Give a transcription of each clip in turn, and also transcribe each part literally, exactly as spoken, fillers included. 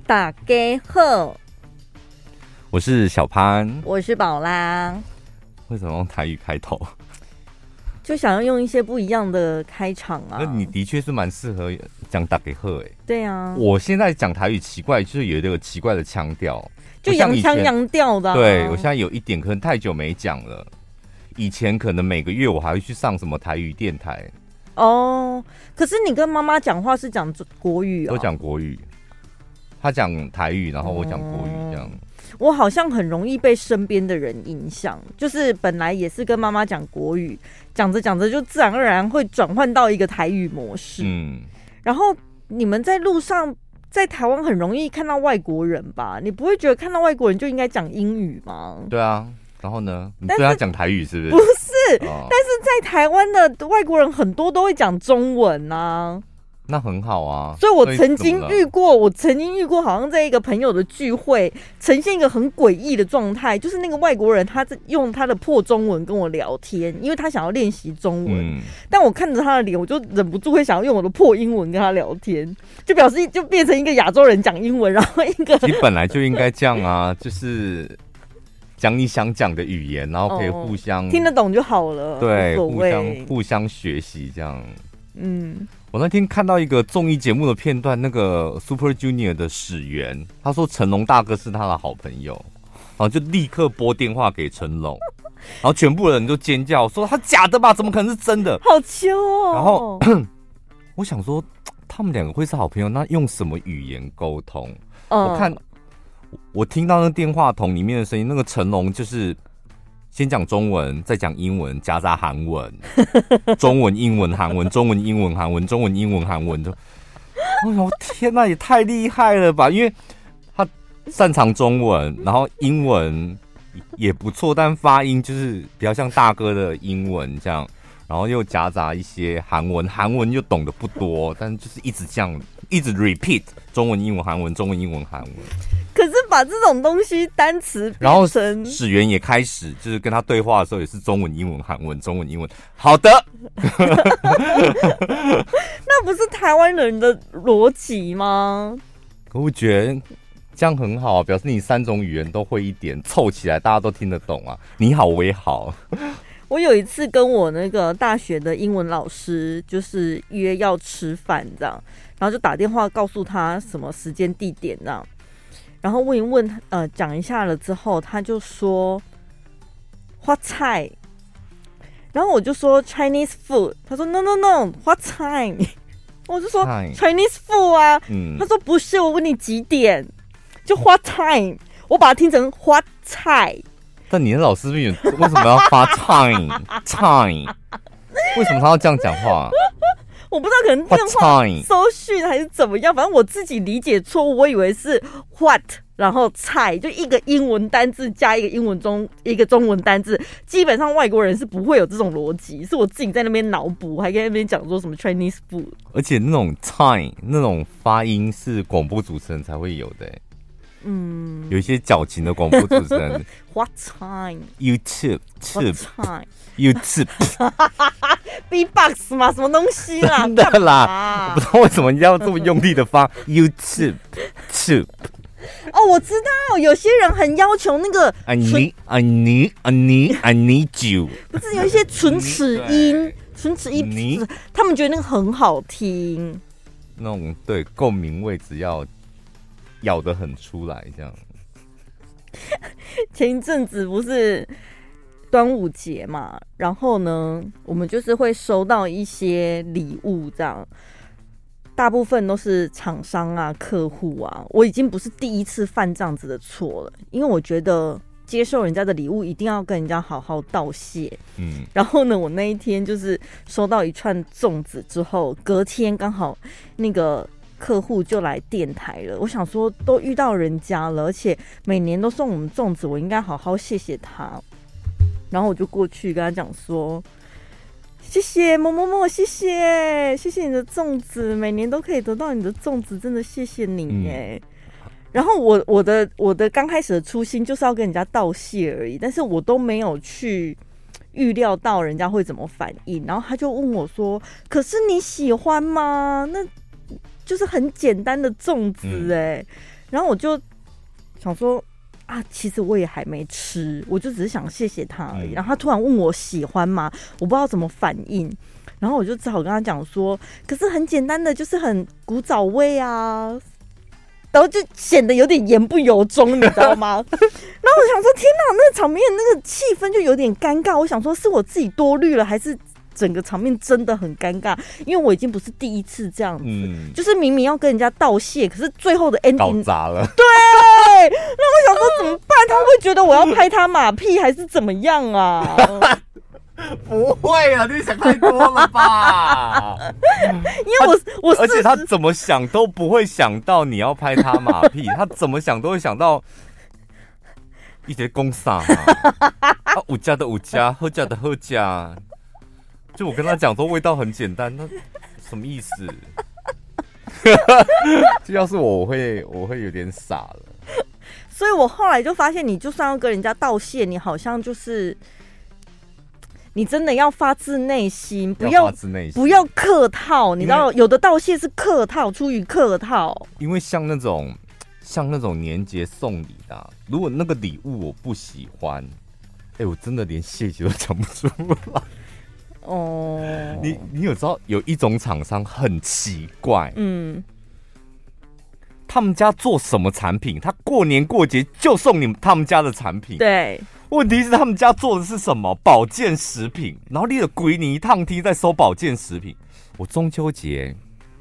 大家好， 我是小潘， 我是宝拉。 为什么用台语开头？ 就想要用一些不一样的开场啊。 那你的确是蛮适合讲大家好哎。 对啊， 我现在讲台语奇怪，就是有一个奇怪的腔调， 就洋腔洋调的、啊。 对，我现在有一点可能太久没讲了。以前可能每个月我还会去上什么台语电台。 哦，可是你跟妈妈讲话是讲国语哦？ 都讲国语，他讲台语，然后我讲国语这样。嗯， 我好像很容易被身边的人影响，就是本来也是跟妈妈讲国语，讲着讲着就自然而然会转换到一个台语模式。嗯，然后你们在路上在台湾很容易看到外国人吧？你不会觉得看到外国人就应该讲英语吗？ 对啊，然后呢？你对他讲台语是不是？ 不是，哦，但是在台湾的外国人很多都会讲中文啊。 那很好啊， 所以我曾经遇过，我曾经遇过，好像在一个朋友的聚会，呈现一个很诡异的状态，就是那个外国人他用他的破中文跟我聊天，因为他想要练习中文，嗯，但我看着他的脸，我就忍不住会想要用我的破英文跟他聊天，就表示就变成一个亚洲人讲英文，然后一个其实本来就应该这样啊，就是讲你想讲的语言，然后可以互相、 哦、听得懂就好了， 对，互相互相学习这样，嗯。我那天看到一个综艺节目的片段，那个 Super Junior 的始源，他说成龙大哥是他的好朋友，然后就立刻拨电话给成龙，然后全部人就尖叫说他假的吧，怎么可能是真的？ 好秋哦！ 然后我想说，他们两个会是好朋友，那用什么语言沟通？嗯、我看我听到那电话筒里面的声音，那个成龙就是先讲中文，再讲英文，夹杂韩文，中文、英文、韩文，中文、英文、韩文，中文、英文、韩文，就，哎呦天哪，也太厉害了吧！因为他擅长中文，然后英文也不错，但发音就是比较像大哥的英文这样，然后又夹杂一些韩文，韩文又懂得不多，但就是一直这样，一直 repeat 中文、英文、韩文，中文、英文、韩文。 可是把这种东西单词， 然后始源也开始就是跟他对话的时候也是中文、英文、韩文，中文、英文。好的， 那不是台湾人的逻辑吗？ 可我觉得这样很好，表示你三种语言都会一点，凑起来大家都听得懂啊。你好，我也好。 我有一次跟我那个大学的英文老师就是约要吃饭这样，然后就打电话告诉他什么时间地点这样。然后问一问，呃，讲一下了之后，他就说花菜，然后我就说 Chinese food， 他说 no no no 花菜，我就说 Chinese food 啊，嗯、他说不是，我问你几点，就花菜，我把它听成花菜。 但你的老师为什么要发 time time？ 为什么他要这样讲话？ 我不知道，可能电话搜讯还是怎么样，反正我自己理解错误，我以为是 what， 然后菜，就一个英文单字加一个英文中一个中文单字，基本上外国人是不会有这种逻辑，是我自己在那边脑补，还在那边讲说什么 Chinese food， 而且那种 time 那种发音是广播主持人才会有的、欸。嗯，有一些矫情的广播主持人。 What time? YouTube, What time? YouTube. B-box 吗？什么东西啦？ 真的啦，我不知道为什么你要这么用力的发 YouTube, Tube。 哦，我知道，有些人很要求那个 I need, I need, I need, I need you。 不是有一些唇齿音，唇齿音，他们觉得那个很好听。 那种对共鸣位置要咬得很出来，这样。 前一阵子不是端午节嘛，然后呢，我们就是会收到一些礼物，这样，大部分都是厂商啊、客户啊。我已经不是第一次犯这样子的错了，因为我觉得接受人家的礼物一定要跟人家好好道谢。嗯，然后呢，我那一天就是收到一串粽子之后，隔天刚好那个客户就来电台了，我想说都遇到人家了，而且每年都送我们粽子，我应该好好谢谢他。然后我就过去跟他讲说，谢谢某某某，谢谢谢谢你的粽子，每年都可以得到你的粽子，真的谢谢你耶。嗯、然后我我的我的刚开始的初心就是要跟人家道谢而已，但是我都没有去预料到人家会怎么反应。然后他就问我说：“可是你喜欢吗？那就是很简单的粽子哎。嗯” 然后我就想说啊，其实我也还没吃，我就只是想谢谢他而已。嗯、然后他突然问我喜欢吗？我不知道怎么反应，然后我就只好跟他讲说，可是很简单的，就是很古早味啊。然后就显得有点言不由衷，你知道吗？然后我想说，天哪，那个场面那个气氛就有点尴尬。我想说，是我自己多虑了，还是整个场面真的很尴尬？因为我已经不是第一次这样子，嗯、就是明明要跟人家道谢，可是最后的 ending 搞砸了。 对，那我想说怎么办？他会觉得我要拍他马屁，还是怎么样啊？ 不会啊，你想太多了吧？ 因为我我而且他怎么想都不会想到你要拍他马屁，他怎么想都会想到一些公啥啊，五家的五家，喝家的喝家。就我跟他讲说味道很简单，那什么意思？就要是我，我会我会有点傻了。 所以我后来就发现，你就算要跟人家道谢，你好像就是。你真的要发自内心，不要不要客套，你知道，有的道谢是客套，出于客套。 因为像那种像那种年节送礼的、啊，如果那个礼物我不喜欢，哎、欸，我真的连谢谢都讲不出来。哦，你你有知道有一种厂商很奇怪，嗯，他们家做什么产品，他过年过节就送你们他们家的产品， 对。 问题是他们家做的是什么保健食品，然后你的鬼你一趟梯在收保健食品。我中秋节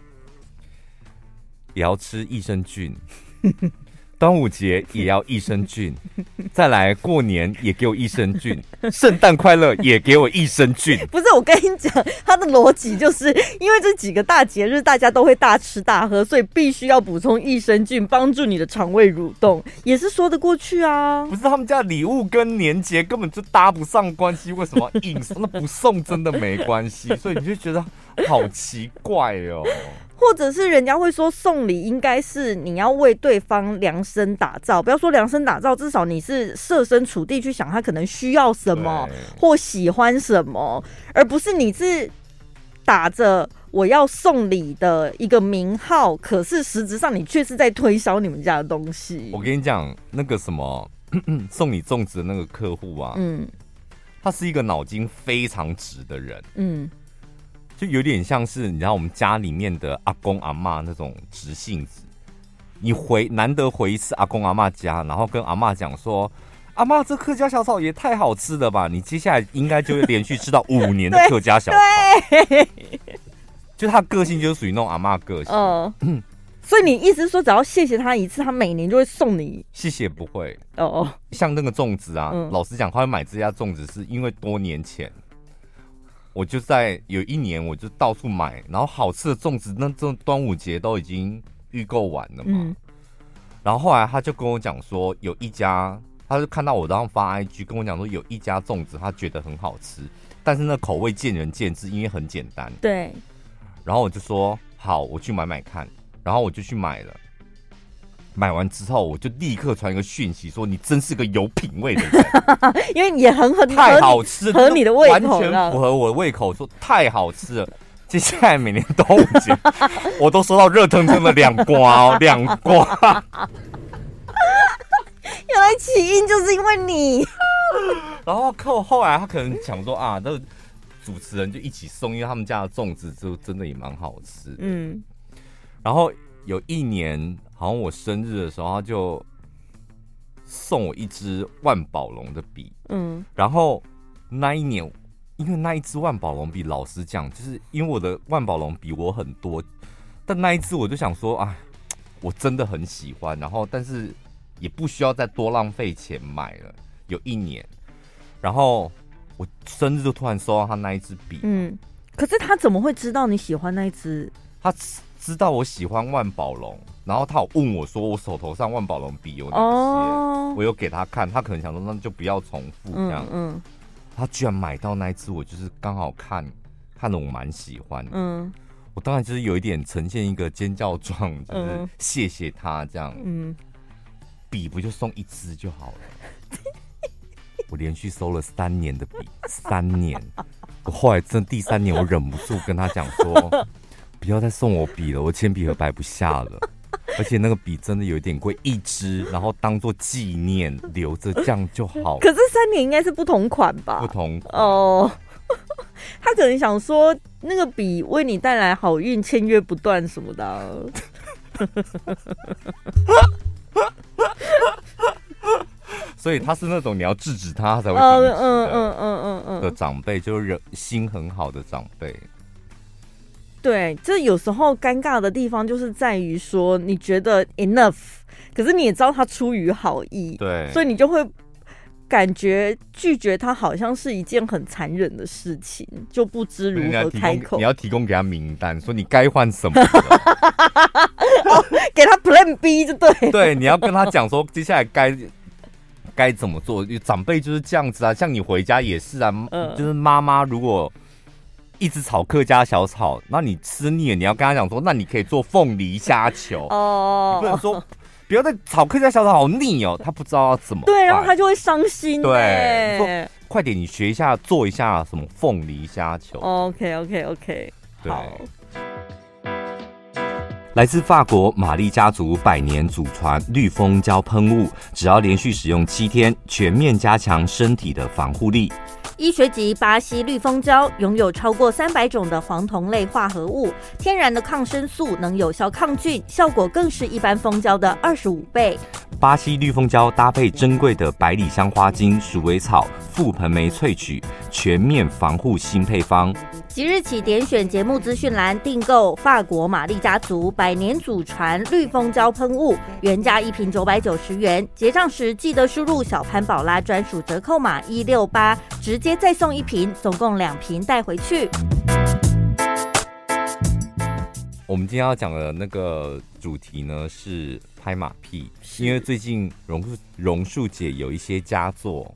也要吃益生菌，端午节也要益生菌，再来过年也给我益生菌，圣诞快乐也给我益生菌。 不是，我跟你讲，他的逻辑就是因为这几个大节日大家都会大吃大喝，所以必须要补充益生菌，帮助你的肠胃蠕动，也是说得过去啊。 不是，他们家礼物跟年节根本就搭不上关系，为什么硬送？那不送真的没关系，所以你就觉得好奇怪哦。 或者是人家会说送礼应该是你要为对方量身打造，不要说量身打造，至少你是设身处地去想他可能需要什么或喜欢什么，而不是你是打着我要送礼的一个名号，可是实质上你却是在推销你们家的东西。 我跟你讲，那个什么送你粽子的那个客户啊，嗯，他是一个脑筋非常直的人，嗯。就有点像是你知道我们家里面的阿公阿嬷那种直性子，你回难得回一次阿公阿嬷家，然后跟阿嬷讲说，阿嬷这客家小炒也太好吃了吧，你接下来应该就会连续吃到五年的客家小炒。对，就他个性就是属于那种阿嬷个性。嗯、呃， 所以你意思是说，只要谢谢他一次，他每年就会送你？ 谢谢不会。哦哦，像那个粽子啊，嗯、老实讲，他会买这家粽子是因为多年前。我就在有一年，我就到处买，然后好吃的粽子，那这端午节都已经预购完了嘛。嗯、然后后来他就跟我讲说，有一家，他就看到我然后发 I G 跟我讲说，有一家粽子他觉得很好吃，但是那口味见仁见智，因为很简单。 对。 然后我就说好，我去买买看，然后我就去买了。买完之后，我就立刻传一个讯息说：“你真是个有品味的人， 因为也很很太好吃， 合你的胃口， 完全符合我的胃口。”说太好吃了。接下来每年端午节，我都收到热腾腾的两瓜哦，两瓜。 原来起因就是因为你。 然后后后来他可能想说啊，那主持人就一起送，因为他们家的粽子就真的也蛮好吃。嗯，然后有一年。好像我生日的时候，他就送我一支万宝龙的笔，嗯，然后那一年，因为那一支万宝龙笔，老实讲，就是因为我的万宝龙笔我很多，但那一支我就想说，哎，我真的很喜欢，然后但是也不需要再多浪费钱买了。有一年，然后我生日就突然收到他那一支笔， 嗯，可是他怎么会知道你喜欢那一支？ 他知道我喜欢万宝龙。然后他有问我说，我手头上万宝龙笔有哪些？哦、我有给他看，他可能想说，那就不要重复这样。嗯，嗯他居然买到那一支，我就是刚好看，看了我蛮喜欢的。嗯，我当然就是有一点呈现一个尖叫状，就是谢谢他这样。嗯，笔不就送一支就好了？我连续收了三年的笔，三年。我后来真第三年，我忍不住跟他讲说，不要再送我笔了，我铅笔盒摆不下了。 而且那个笔真的有点贵，一支，然后当做纪念留着，这样就好。 可是三年应该是不同款吧？ 不同款哦。他可能想说，那个笔为你带来好运，签约不断什么的、啊。 所以他是那种你要制止他，他才会停止的。 嗯嗯嗯嗯嗯的长辈，就是人心很好的长辈。 对，这有时候尴尬的地方就是在于说，你觉得 enough， 可是你也知道他出于好意， 对， 所以你就会感觉拒绝他好像是一件很残忍的事情，就不知如何开口。 你要提供给他名单，说你该换什么哦，给他 Plan B 就对。 对，你要跟他讲说接下来该该怎么做。长辈就是这样子啊，像你回家也是啊，嗯、就是妈妈如果一直炒客家小炒，那你吃腻了，你要跟他讲说，那你可以做凤梨虾球哦，你不能说。不要再炒客家小炒好腻哦，他不知道要怎么办。 对，然后他就会伤心。 对，说快点，你学一下，做一下什么凤梨虾球。 OK OK OK， 好。 来自法国玛丽家族百年祖传绿蜂胶喷雾，只要连续使用七天，全面加强身体的防护力。 医学级巴西绿蜂胶拥有超过三百种的黄酮类化合物，天然的抗生素，能有效抗菌，效果更是一般蜂胶的二十五倍。 巴西绿蜂胶搭配珍贵的百里香花精、鼠尾草、覆盆莓萃取，全面防护新配方。 即日起点选节目资讯栏订购法国玛丽家族百年祖传绿蜂胶喷雾，原价一瓶九百九十元，结账时记得输入小潘宝拉专属折扣码一六八，直接再送一瓶，总共两瓶带回去。 我们今天要讲的那个主题呢是拍马屁，因为最近榕榕树姐有一些佳作。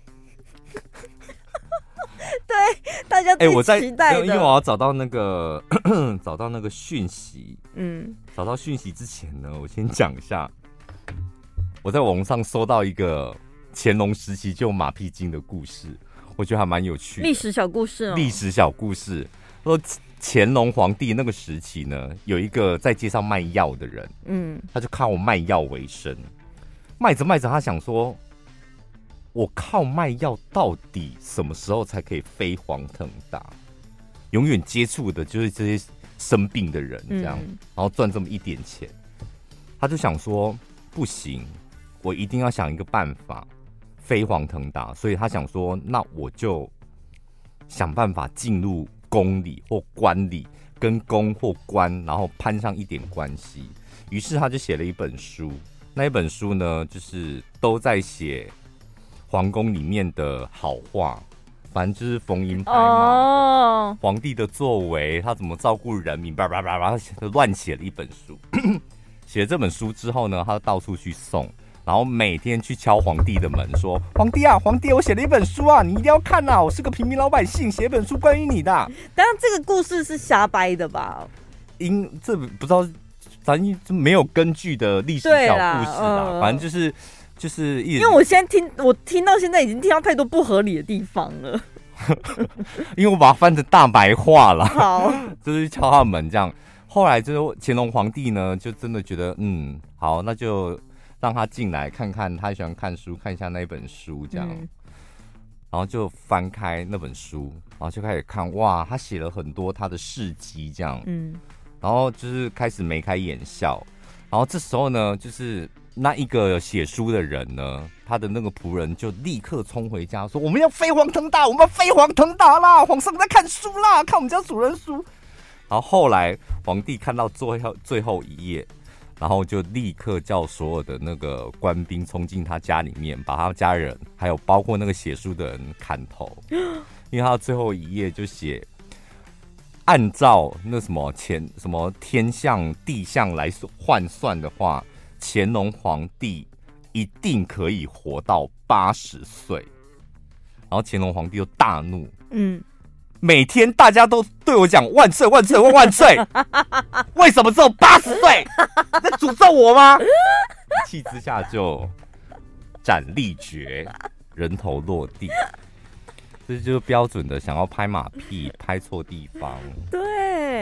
对，大家最期待的、欸、 因为我要找到那个找到那个讯息，嗯，找到讯息之前呢，我先讲一下，我在网上搜到一个乾隆时期就有马屁精的故事，我觉得还蛮有趣的。 历史小故事哦， 历史小故事说乾隆皇帝那个时期呢，有一个在街上卖药的人，嗯，他就靠卖药为生，卖着卖着，他想说，我靠卖药到底什么时候才可以飞黄腾达？永远接触的就是这些生病的人，这样，嗯、然后赚这么一点钱，他就想说，不行，我一定要想一个办法飞黄腾达，所以他想说，那我就想办法进入宫里或官里，跟宫或官，然后攀上一点关系。于是他就写了一本书，那一本书呢，就是都在写皇宫里面的好话，反正就是逢迎拍马、oh. 皇帝的作为，他怎么照顾人民，叭叭叭叭，乱写了一本书。写了这本书之后呢，他就到处去送，然后每天去敲皇帝的门，说：“皇帝啊，皇帝，我写了一本书啊，你一定要看啊！我是个平民老百姓，写一本书关于你的。” 当然，这个故事是瞎掰的吧？ 因这不知道，咱没有根据的历史小故事啦，呃、反正就是。就是因为我现在听，我听到现在已经听到太多不合理的地方了。 因为我把它翻成大白话了， 好， 就是敲他门这样。后来就是乾隆皇帝呢，就真的觉得，嗯，好，那就让他进来看看，他喜欢看书，看一下那本书这样。嗯、然后就翻开那本书，然后就开始看，哇，他写了很多他的事迹这样。嗯，然后就是开始眉开眼笑。然后这时候呢，就是那一个写书的人呢，他的那个仆人就立刻冲回家说：“我们要飞黄腾达，我们要飞黄腾达啦！皇上在看书啦，看我们家主人书。”然后后来皇帝看到最后最后一页，然后就立刻叫所有的那个官兵冲进他家里面，把他家人还有包括那个写书的人砍头，因为他最后一页就写。按照那什么前什么天象地象来换算的话，乾隆皇帝一定可以活到八十岁。然后乾隆皇帝就大怒，嗯，每天大家都对我讲万岁万岁万岁，为什么只有八十岁？在诅咒我吗？一气之下就斩立决，人头落地。这就是标准的想要拍马屁，拍错地方。 对，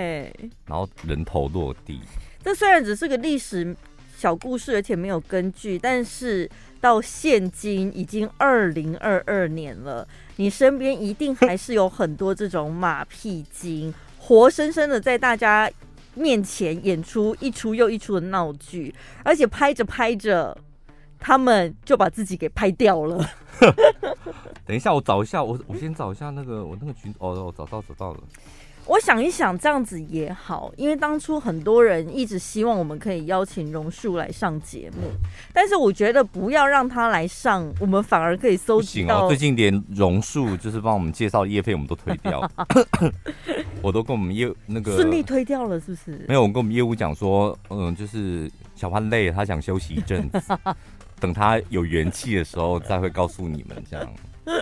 对， 然后人头落地。 这虽然只是个历史小故事，而且没有根据，但是到现今已经二零二二年了，你身边一定还是有很多这种马屁精，活生生的在大家面前演出一出又一出的闹剧，而且拍着拍着，他们就把自己给拍掉了。 等一下，我找一下，我我先找一下那个我那个群哦，我找到找到了。 我想一想，这样子也好，因为当初很多人一直希望我们可以邀请榕树来上节目，但是我觉得不要让他来上，我们反而可以搜集到。 不行哦，最近连榕树就是帮我们介绍的业配我们都推掉，我都跟我们业那个顺利推掉了，是不是？ 没有，我跟我们业务讲说，嗯，就是小潘累了，他想休息一阵子，等他有元气的时候再会告诉你们这样。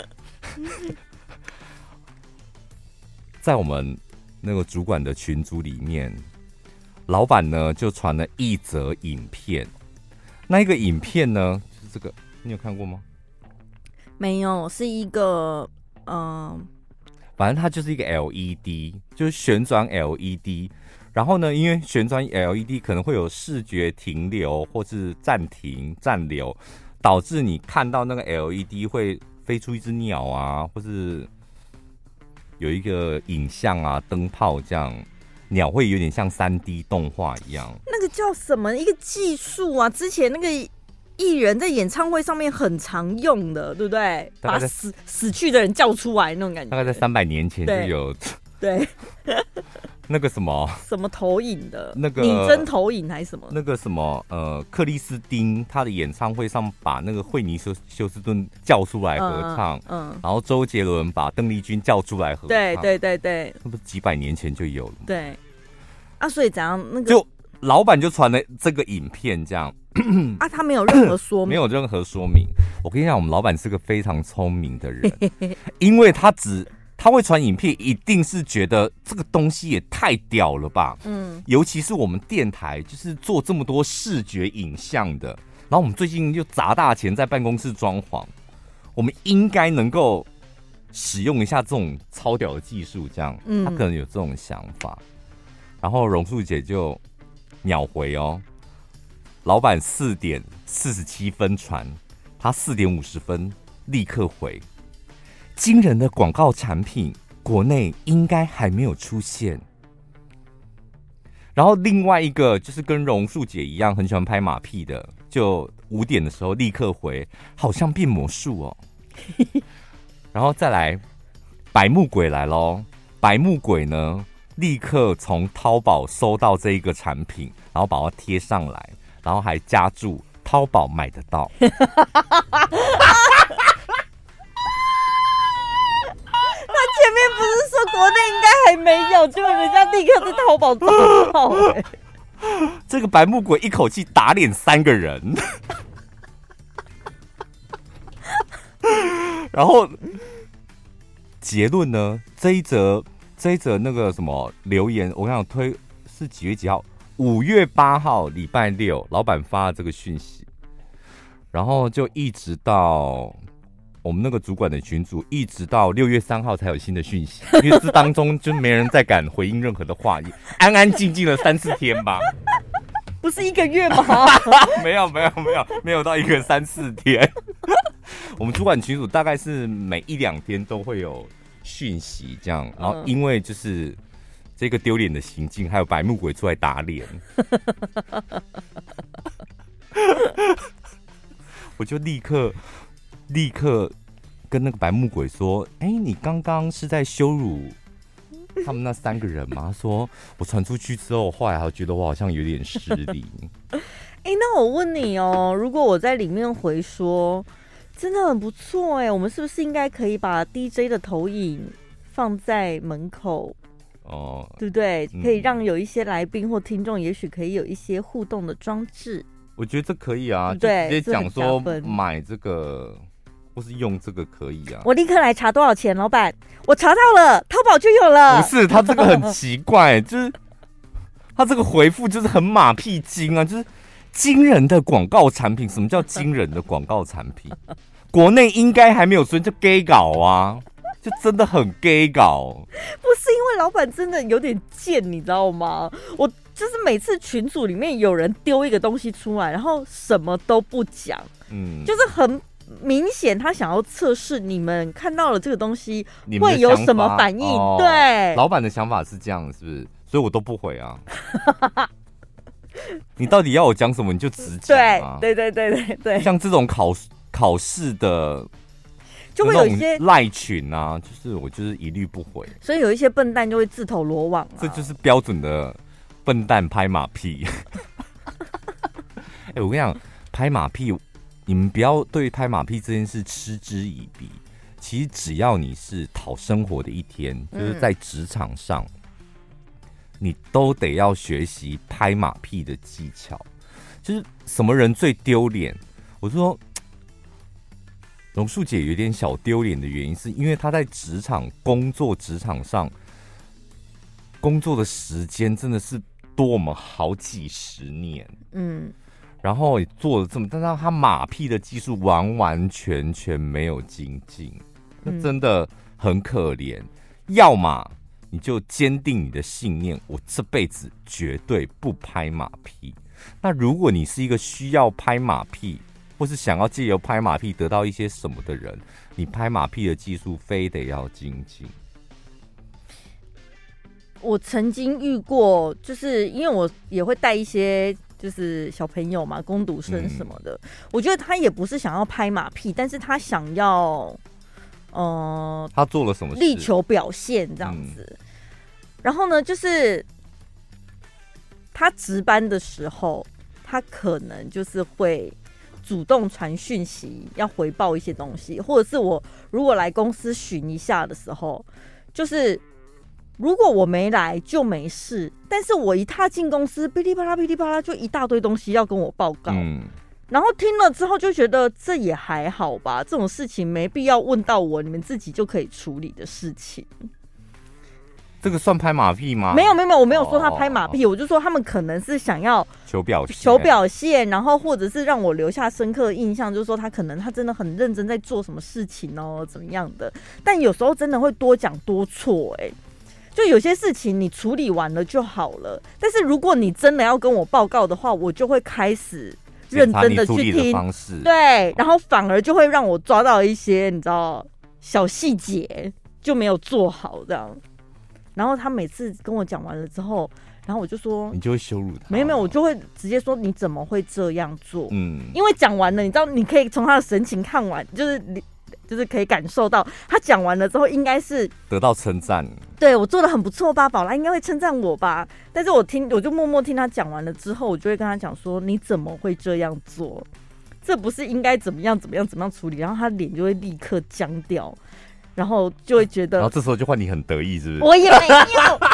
在我们那个主管的群组里面，老板呢就传了一则影片。那一个影片呢，就是这个，你有看过吗？ 没有，是一个嗯、呃， 反正它就是一个 L E D， 就是旋转 L E D。然后呢，因为旋转 L E D 可能会有视觉停留或是暂停、暂留，导致你看到那个 L E D 会飞出一只鸟啊，或是有一个影像啊，灯泡这样，鸟会有点像 三 D 动画一样。 那个叫什么一个技术啊？之前那个艺人在演唱会上面很常用的，对不对？把死死去的人叫出来那种感觉。 大概在三百年前就有。 对。 那个什么什么投影的， 那个拟真投影还是什么？ 那个什么呃，克里斯汀他的演唱会上把那个惠妮休休斯顿叫出来合唱，嗯，嗯然后周杰伦把邓丽君叫出来合唱， 对对对对， 那不是几百年前就有了吗？ 对，啊，所以怎样那个就老板就传了这个影片这样啊，他没有任何说明， 没有任何说明。我跟你讲，我们老板是个非常聪明的人，因为他只。他会传影片，一定是觉得这个东西也太屌了吧？嗯，尤其是我们电台，就是做这么多视觉影像的，然后我们最近又砸大钱在办公室装潢，我们应该能够使用一下这种超屌的技术，这样，他可能有这种想法。然后榕树姐就秒回哦，老板四点四十七分传，他四点五十分立刻回。惊人的广告产品，国内应该还没有出现。然后另外一个就是跟榕树姐一样很喜欢拍马屁的，就五点的时候立刻回，好像变魔术哦。然后再来，白木鬼来咯，白木鬼呢立刻从淘宝搜到这一个产品，然后把它贴上来，然后还加注淘宝买得到。 前面不是说国内应该还没有，结果人家立刻在淘宝找到、欸。 这个白木鬼一口气打脸三个人，然后结论呢？这一则这一则那个什么留言，我刚刚推是几月几号？五月八号，礼拜六，老板发了这个讯息，然后就一直到。我们那个主管的群组一直到六月三号才有新的讯息，因为这当中就没人再敢回应任何的话，安安静静了三四天吧。 不是一个月吗？ 没有没有没有没有到一个三四天。我们主管群组大概是每一两天都会有讯息这样，然后因为就是这个丢脸的行径，还有白木鬼出来打脸，我就立刻。立刻跟那个白木鬼说：“哎、欸，你刚刚是在羞辱他们那三个人吗？”他说：“我传出去之后，后来还觉得我好像有点失礼。” 哎、欸，那我问你哦，如果我在里面回说，真的很不错哎，我们是不是应该可以把 D J 的投影放在门口？哦，对不对？可以让有一些来宾或听众，也许可以有一些互动的装置。 我觉得这可以啊，就直接讲说买这个。或是用这个可以啊！ 我立刻来查多少钱，老板，我查到了，淘宝就有了。 不是，他这个很奇怪，就是他这个回复就是很马屁精啊，就是惊人的广告产品。什么叫惊人的广告产品？国内应该还没有出现，就 gay 搞啊， 就真的很 gay 搞。 不是因为老板真的有点贱，你知道吗？我就是每次群组里面有人丢一个东西出来，然后什么都不讲，嗯，就是很明显他想要测试你们看到了这个东西会有什么反应。哦、对， 老板的想法是这样，是不是？所以我都不回啊。你到底要我讲什么，你就直讲啊。 对对对对对对， 像这种考考试的。 就会有一些赖群啊，就是我就是一律不回， 所以有一些笨蛋就会自投罗网、啊， 这就是标准的笨蛋拍马屁。哎、欸，我跟你讲，拍马屁，你们不要对拍马屁这件事嗤之以鼻。其实只要你是讨生活的一天，就是在职场上，嗯、你都得要学习拍马屁的技巧。就是什么人最丢脸？我说。榕树姐有点小丢脸的原因，是因为她在职场工作，职场上工作的时间真的是多我们好几十年，嗯，然后也做了这么，但是她马屁的技术完完全全没有精进，那真的很可怜。嗯、要么你就坚定你的信念，我这辈子绝对不拍马屁。那如果你是一个需要拍马屁，或是想要借由拍马屁得到一些什么的人，你拍马屁的技术非得要精进。 我曾经遇过，就是因为我也会带一些就是小朋友嘛，工读生什么的、嗯，我觉得他也不是想要拍马屁，但是他想要，呃， 他做了什么事力求表现这样子、嗯。然后呢，就是他值班的时候，他可能就是会。主动传讯息要回报一些东西，或者是我如果来公司巡一下的时候，就是如果我没来就没事，但是我一踏进公司，噼里啪啦噼里啪啦就一大堆东西要跟我报告，嗯，然后听了之后就觉得这也还好吧，这种事情没必要问到我，你们自己就可以处理的事情。 这个算拍马屁吗？ 没有没有，我没有说他拍马屁，哦、我就说他们可能是想要求表现， 求表现，然后或者是让我留下深刻的印象，就是说他可能他真的很认真在做什么事情哦，怎么样的？但有时候真的会多讲多错，哎，就有些事情你处理完了就好了，但是如果你真的要跟我报告的话，我就会开始认真的去听， 方式对，然后反而就会让我抓到一些你知道小细节就没有做好这样。然后他每次跟我讲完了之后，然后我就说， 你就会羞辱他。 没有没有，我就会直接说你怎么会这样做？嗯，因为讲完了，你知道，你可以从他的神情看完，就是就是可以感受到他讲完了之后，应该是得到称赞。 对我做的很不错吧，宝拉应该会称赞我吧？但是我听，我就默默听他讲完了之后，我就会跟他讲说，你怎么会这样做？这不是应该怎么样怎么样怎么样处理？然后他脸就会立刻僵掉。然后就会觉得， 然后这时候就换你很得意，是不是？ 我也没有。然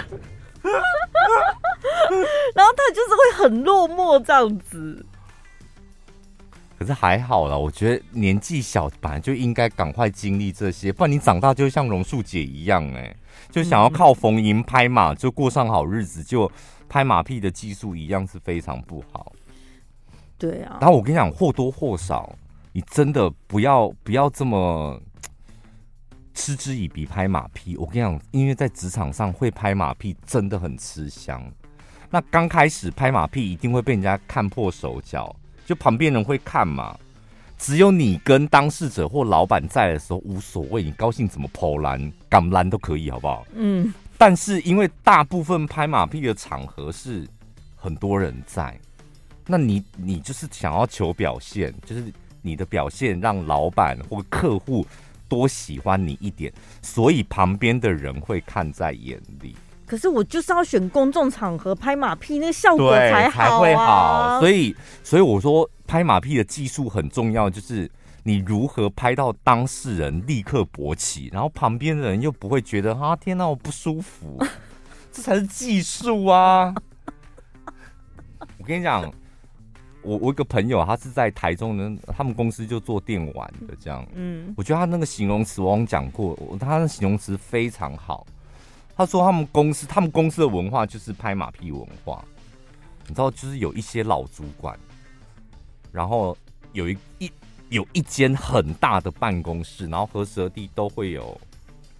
后他就是会很落寞这样子。 可是还好啦，我觉得年纪小本来就应该赶快经历这些，不然你长大就像榕树姐一样、欸，哎，就想要靠逢迎拍马就过上好日子，就拍马屁的技术一样是非常不好。 对啊。 然后我跟你讲，或多或少，你真的不要不要这么。嗤之以鼻拍马屁，我跟你讲，因为在职场上会拍马屁真的很吃香。那刚开始拍马屁一定会被人家看破手脚，就旁边人会看嘛。只有你跟当事者或老板在的时候无所谓，你高兴怎么抛烂、敢烂都可以，好不好？嗯。但是因为大部分拍马屁的场合是很多人在，那你你就是想要求表现，就是你的表现让老板或客户。多喜欢你一点，所以旁边的人会看在眼里。 可是我就是要选公众场合拍马屁，那个效果才好、啊、 才会好。所以，所以我说拍马屁的技术很重要，就是你如何拍到当事人立刻勃起，然后旁边的人又不会觉得啊天哪我不舒服，这才是技术啊！我跟你讲。我我一个朋友，他是在台中的，他们公司就做电玩的这样。嗯，我觉得他那个形容词我好像讲过，他的形容词非常好。他说他们公司，他们公司的文化就是拍马屁文化。你知道，就是有一些老主管，然后有一一有一间很大的办公室，然后何时何地都会有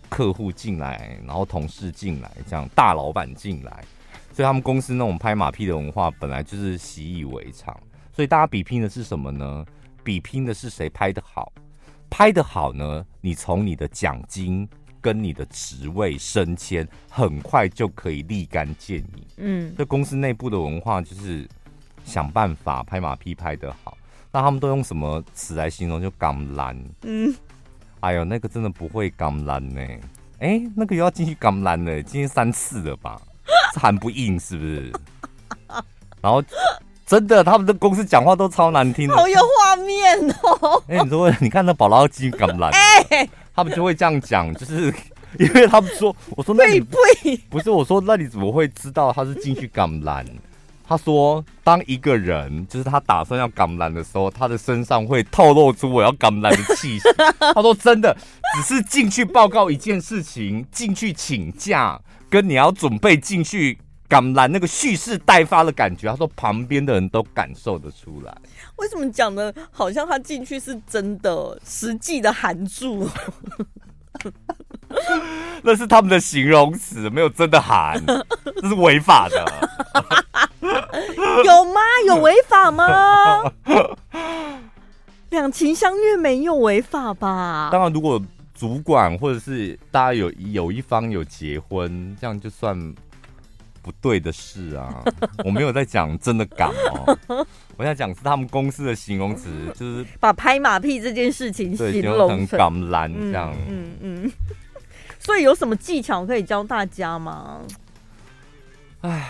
客户进来，然后同事进来，这样大老板进来，所以他们公司那种拍马屁的文化本来就是习以为常。所以大家比拼的是什么呢？比拼的是谁拍得好。拍得好呢，你从你的奖金跟你的职位升迁，很快就可以立竿见影。嗯，所以公司内部的文化就是想办法拍马屁拍得好。那他们都用什么词来形容？就甘蓝。嗯，哎呦，那个真的不会甘蓝呢。哎、欸，那个又要进去甘蓝了，今天三次了吧？是含不硬是不是？然后真的，他们的公司讲话都超难听的， 好有画面哦。 哎、欸，你说，你看那宝拉进去甘蓝，哎，他们就会这样讲，就是因为他们说，我说那你不是我说，那你怎么会知道他是进去甘蓝？他说，当一个人就是他打算要橄榄的时候，他的身上会透露出我要橄榄的气息。他说真的，只是进去报告一件事情，进去请假，跟你要准备进去橄榄那个蓄势待发的感觉，他说旁边的人都感受得出来。 为什么讲的好像他进去是真的实际的含住？ 那是他们的形容词，没有真的含，这是违法的。 有吗？有违法吗？两情相悦没有违法吧？ 当然，如果主管或者是大家有有一方有结婚，这样就算不对的事啊。我没有在讲真的敢哦，我在讲是他们公司的形容词，就是把拍马屁这件事情形容成橄榄这样。 嗯嗯嗯。所以有什么技巧可以教大家吗？ 唉。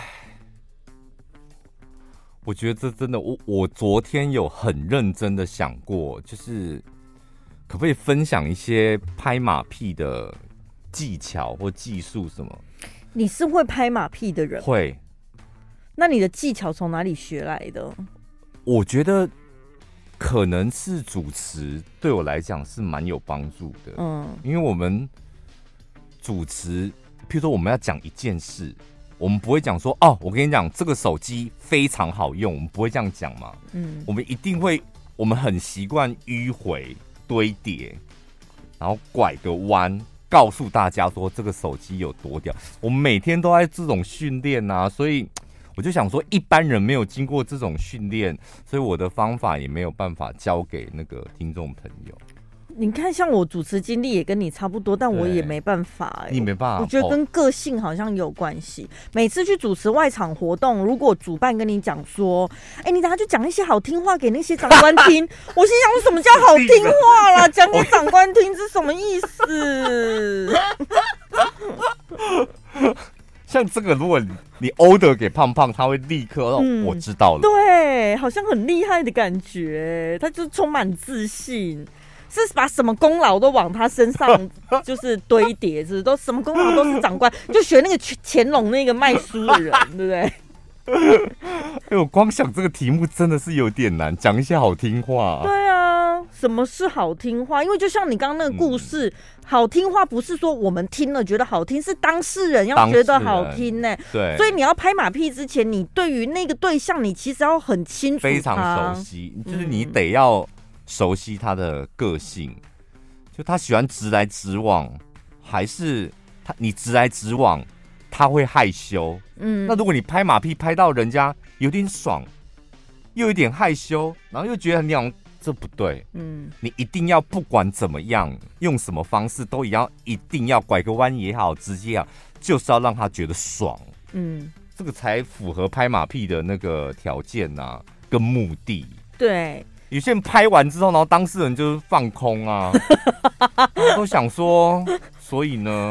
我觉得这真的，我我昨天有很认真的想过，就是可不可以分享一些拍马屁的技巧或技术什么？ 你是会拍马屁的人？ 会。 那你的技巧从哪里学来的？ 我觉得可能是主持对我来讲是蛮有帮助的。嗯，因为我们主持，譬如说我们要讲一件事。我们不会讲说哦，我跟你讲，这个手机非常好用，我们不会这样讲嘛。嗯，我们一定会，我们很习惯迂回堆叠，然后拐个弯，告诉大家说这个手机有多屌。我们每天都在这种训练啊，所以我就想说，一般人没有经过这种训练，所以我的方法也没有办法教给那个听众朋友。 你看，像我主持经历也跟你差不多，但我也没办法、欸。 你没办法， 我觉得跟个性好像有关系。哦、每次去主持外场活动，如果主办跟你讲说：“哎、欸，你等下就讲一些好听话给那些长官听。”我心想：什么叫好听话啦？讲给长官听是什么意思？ 像这个，如果你 order 给胖胖，他会立刻哦，嗯、我知道了。 对，好像很厉害的感觉，他就充满自信。是把什么功劳都往他身上就是堆叠，是都什么功劳都是长官，就学那个乾隆那个卖书的人，对不对？ 哎，我光想这个题目真的是有点难，讲一些好听话。 对啊，什么是好听话？因为就像你刚刚那个故事，嗯、好听话不是说我们听了觉得好听，是当事人要觉得好听呢、欸。 对， 所以你要拍马屁之前，你对于那个对象，你其实要很清楚， 非常熟悉，就是你得要。熟悉他的个性，就他喜欢直来直往，还是他你直来直往，他会害羞。嗯，那如果你拍马屁拍到人家有点爽，又有点害羞，然后又觉得很娘，这不对。嗯，你一定要不管怎么样，用什么方式都一样，一定要拐个弯也好，直接啊，就是要让他觉得爽。嗯，这个才符合拍马屁的那个条件啊，跟目的。 对。 有些人拍完之后，然后当事人就是放空啊，都想说，所以呢，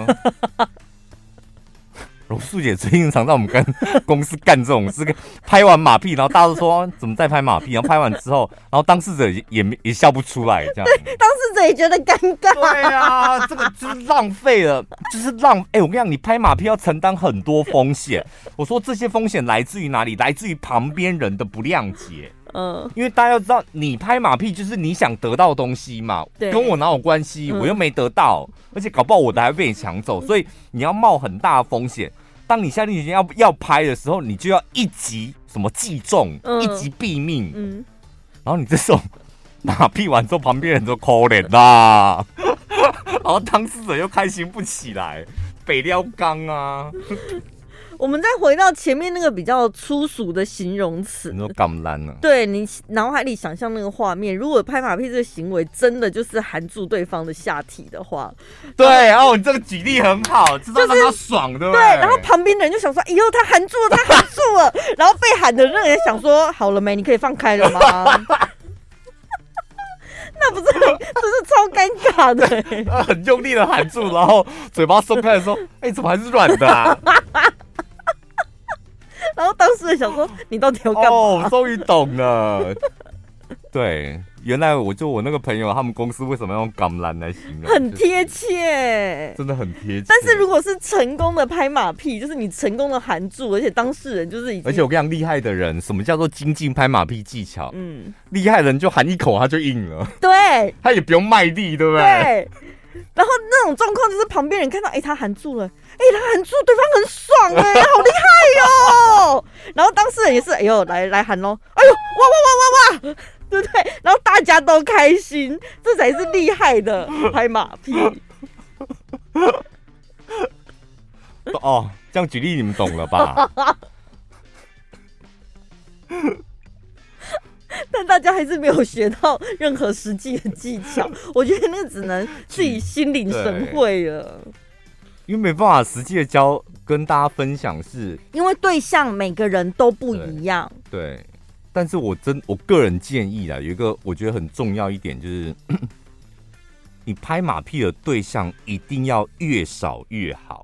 榕树姐最近常在我们跟公司干这种事，拍完马屁，然后大家都说、啊、怎么在拍马屁，然后拍完之后，然后当事者也 也, 也笑不出来，这样， 对，当事者也觉得尴尬。 对啊，这个就是浪费了，就是浪。哎、欸，我跟你讲，你拍马屁要承担很多风险。我说这些风险来自于哪里？来自于旁边人的不谅解。嗯，因为大家要知道，你拍马屁就是你想得到的东西嘛，跟我哪有关系？我又没得到，嗯、而且搞不好我的还被你抢走，所以你要冒很大的风险。当你下定决心要要拍的时候，你就要一击什么击中，嗯、一击毙命。嗯，然后你这种马屁完之后，旁边人都可怜啦， 然后当事人又开心不起来，北料缸啊。 我们再回到前面那个比较粗俗的形容词， 你说橄榄呢？ 对，你脑海里想象那个画面，如果拍马屁这个行为真的就是含住对方的下体的话， 对，然后你这个举例很好，知道让他爽，对不对？ 对，然后旁边的人就想说：“哎呦，他含住了，他含住了。”然后被喊的人也想说：“好了没？你可以放开了吗？”那不是很，这是超尴尬的、欸。 很用力的含住，然后嘴巴松开的时候，哎、欸，怎么还是软的啊？ 然后当事人想说：“你到底要干嘛？” 哦，我终于懂了。对，原来我就我那个朋友，他们公司为什么要用橄榄来形容？ 很贴切， 真的很贴切。 但是如果是成功的拍马屁，就是你成功的含住，而且当事人就是已经…… 而且我跟你讲，厉害的人，什么叫做精进拍马屁技巧？嗯，厉害的人就含一口他就硬了，对，他也不用卖力，对不对？ 对。然后那种状况就是旁边人看到，哎、欸，他含住了，哎、欸，他含住，对方很爽哎、欸，好厉害哟、喔！然后当事人也是，哎呦，来来含喽，哎呦，哇哇哇哇哇，对不对？然后大家都开心，这才是厉害的拍马屁。 哦，这样举例你们懂了吧？ 但大家还是没有学到任何实际的技巧，我觉得那个只能自己心领神会了。 因为没办法实际的教跟大家分享是，是因为对象每个人都不一样。 对，对，但是我真我个人建议啦，有一个我觉得很重要一点就是，你拍马屁的对象一定要越少越好。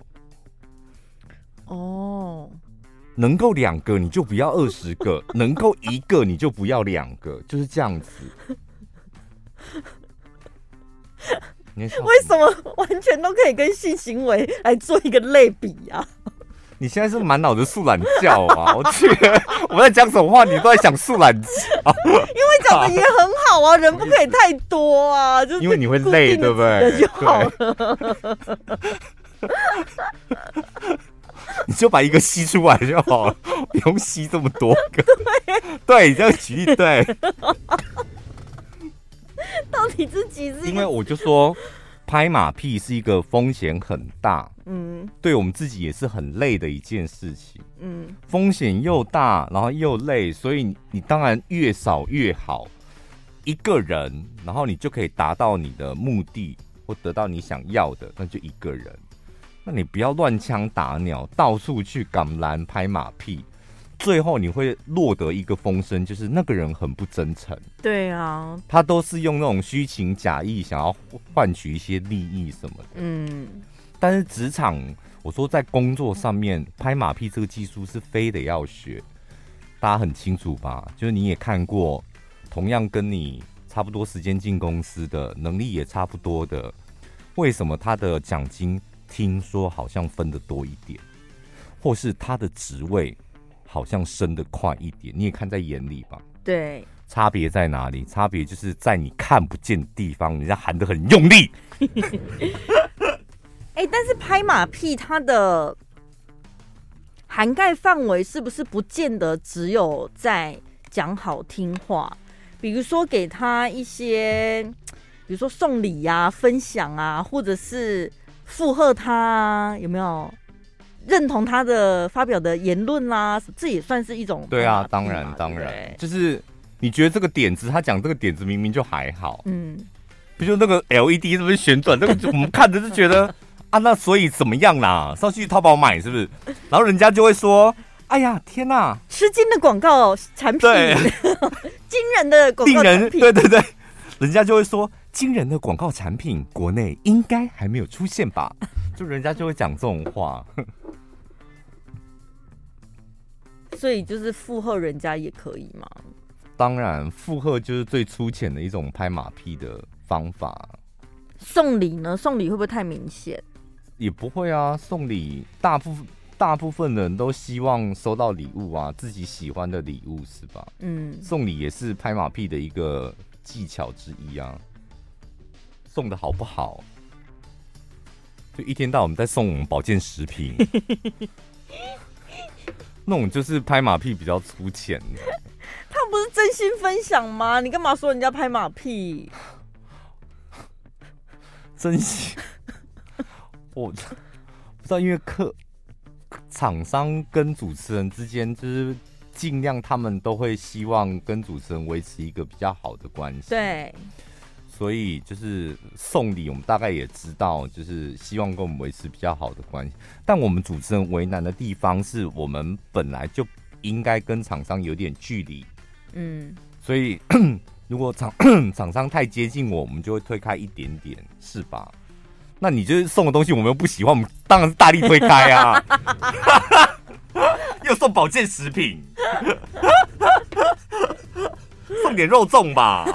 哦。能够两个你就不要二十个，能够一个你就不要两个，就是这样子。 为什么完全都可以跟性行为来做一个类比啊？ 你现在是满脑子素懒觉啊！我去，我在讲什么话，你都在想素懒觉。 因为讲的也很好啊，人不可以太多啊，就是因为你会累，对不对？ 就好了。 你就把一个吸出来就好了，不用吸这么多个。对，对，这样举例对。 到底自己是？ 因为我就说，拍马屁是一个风险很大，嗯，对我们自己也是很累的一件事情，嗯，风险又大，然后又累，所以你当然越少越好。一个人，然后你就可以达到你的目的，或得到你想要的，那就一个人。那你不要乱枪打鸟，到处去橄榄拍马屁，最后你会落得一个风声，就是那个人很不真诚。 对啊， 他都是用那种虚情假意，想要换取一些利益什么的。嗯，但是职场，我说在工作上面拍马屁这个技术是非得要学，大家很清楚吧？就是你也看过，同样跟你差不多时间进公司的，能力也差不多的，为什么他的奖金听说好像分得多一点，或是他的职位好像升得快一点，你也看在眼里吧？ 对， 差别在哪里？差别就是在你看不见的地方，人家喊得很用力。 哎、欸，但是拍马屁它的涵盖范围是不是不见得只有在讲好听话？比如说给他一些，比如说送礼啊、分享啊，或者是附和他啊，有没有认同他的发表的言论啦？这也算是一种。 对啊，当然当然，就是你觉得这个点子，他讲这个点子明明就还好，嗯，比如那个 L E D 是不是旋转？那个我们看着就觉得啊，那所以怎么样啦？上去淘宝买是不是？然后人家就会说：“哎呀，天哪， 吃惊的广告产品，对，惊人的广告产品， 对对对，人家就会说。”惊人的广告产品，国内应该还没有出现吧？就人家就会讲这种话， 所以就是附和人家也可以吗？ 当然，附和就是最粗浅的一种拍马屁的方法。 送礼呢？送礼会不会太明显？ 也不会啊，送礼大部分大部分人都希望收到礼物啊，自己喜欢的礼物是吧？嗯，送礼也是拍马屁的一个技巧之一啊。送的好不好？就一天到晚在送我们保健食品，那种就是拍马屁比较粗浅的。 他不是真心分享吗？你干嘛说人家拍马屁？ 真心，我不知道，因为客厂商跟主持人之间，就是尽量他们都会希望跟主持人维持一个比较好的关系。 对， 所以就是送礼，我们大概也知道，就是希望跟我们维持比较好的关系。但我们主持人为难的地方是我们本来就应该跟厂商有点距离，嗯，所以如果厂厂商太接近我，我们就会推开一点点，是吧？那你就是送的东西我们又不喜欢，我们当然是大力推开啊！又送保健食品，送点肉粽吧。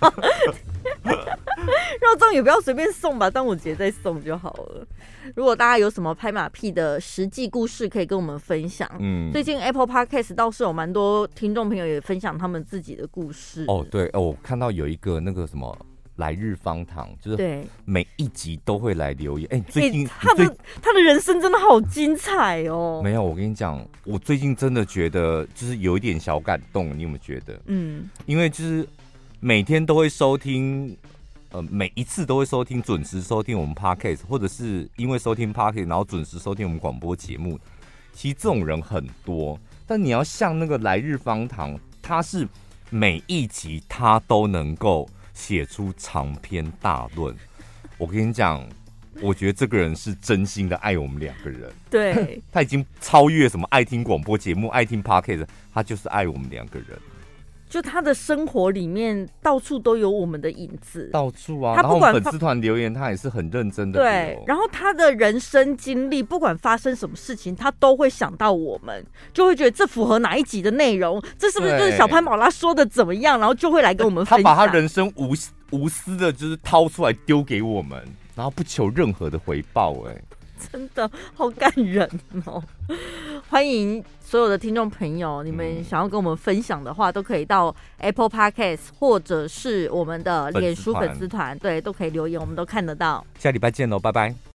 肉粽也不要随便送吧，端午节再送就好了。如果大家有什么拍马屁的实际故事，可以跟我们分享。嗯，最近 Apple Podcast 倒是有蛮多听众朋友也分享他们自己的故事。 哦，对哦，我看到有一个那个什么来日方长，就是每一集都会来留言。哎、欸，最近、欸、 他的他的人生真的好精彩哦。 没有，我跟你讲，我最近真的觉得就是有一点小感动，你有没有觉得？嗯，因为就是每天都会收听。呃，每一次都会收听，准时收听我们 Podcast， 或者是因为收听 Podcast， 然后准时收听我们广播节目。其实这种人很多，但你要像那个来日方长，他是每一集他都能够写出长篇大论。我跟你讲，我觉得这个人是真心的爱我们两个人。 对， 他已经超越什么爱听广播节目、爱听 Podcast， 他就是爱我们两个人。 就他的生活里面到处都有我们的影子， 到处啊。他不管然后粉丝团留言，他也是很认真的。 对，然后他的人生经历，不管发生什么事情，他都会想到我们，就会觉得这符合哪一集的内容，这是不是就是小潘宝拉说的怎么样，然后就会来跟我们分享。 他把他人生无无私的，就是掏出来丢给我们，然后不求任何的回报、欸。哎。 真的好感人哦！欢迎所有的听众朋友，你们想要跟我们分享的话，都可以到 Apple Podcast 或者是我们的脸书粉丝团，对，都可以留言，我们都看得到。 下礼拜见喽，拜拜。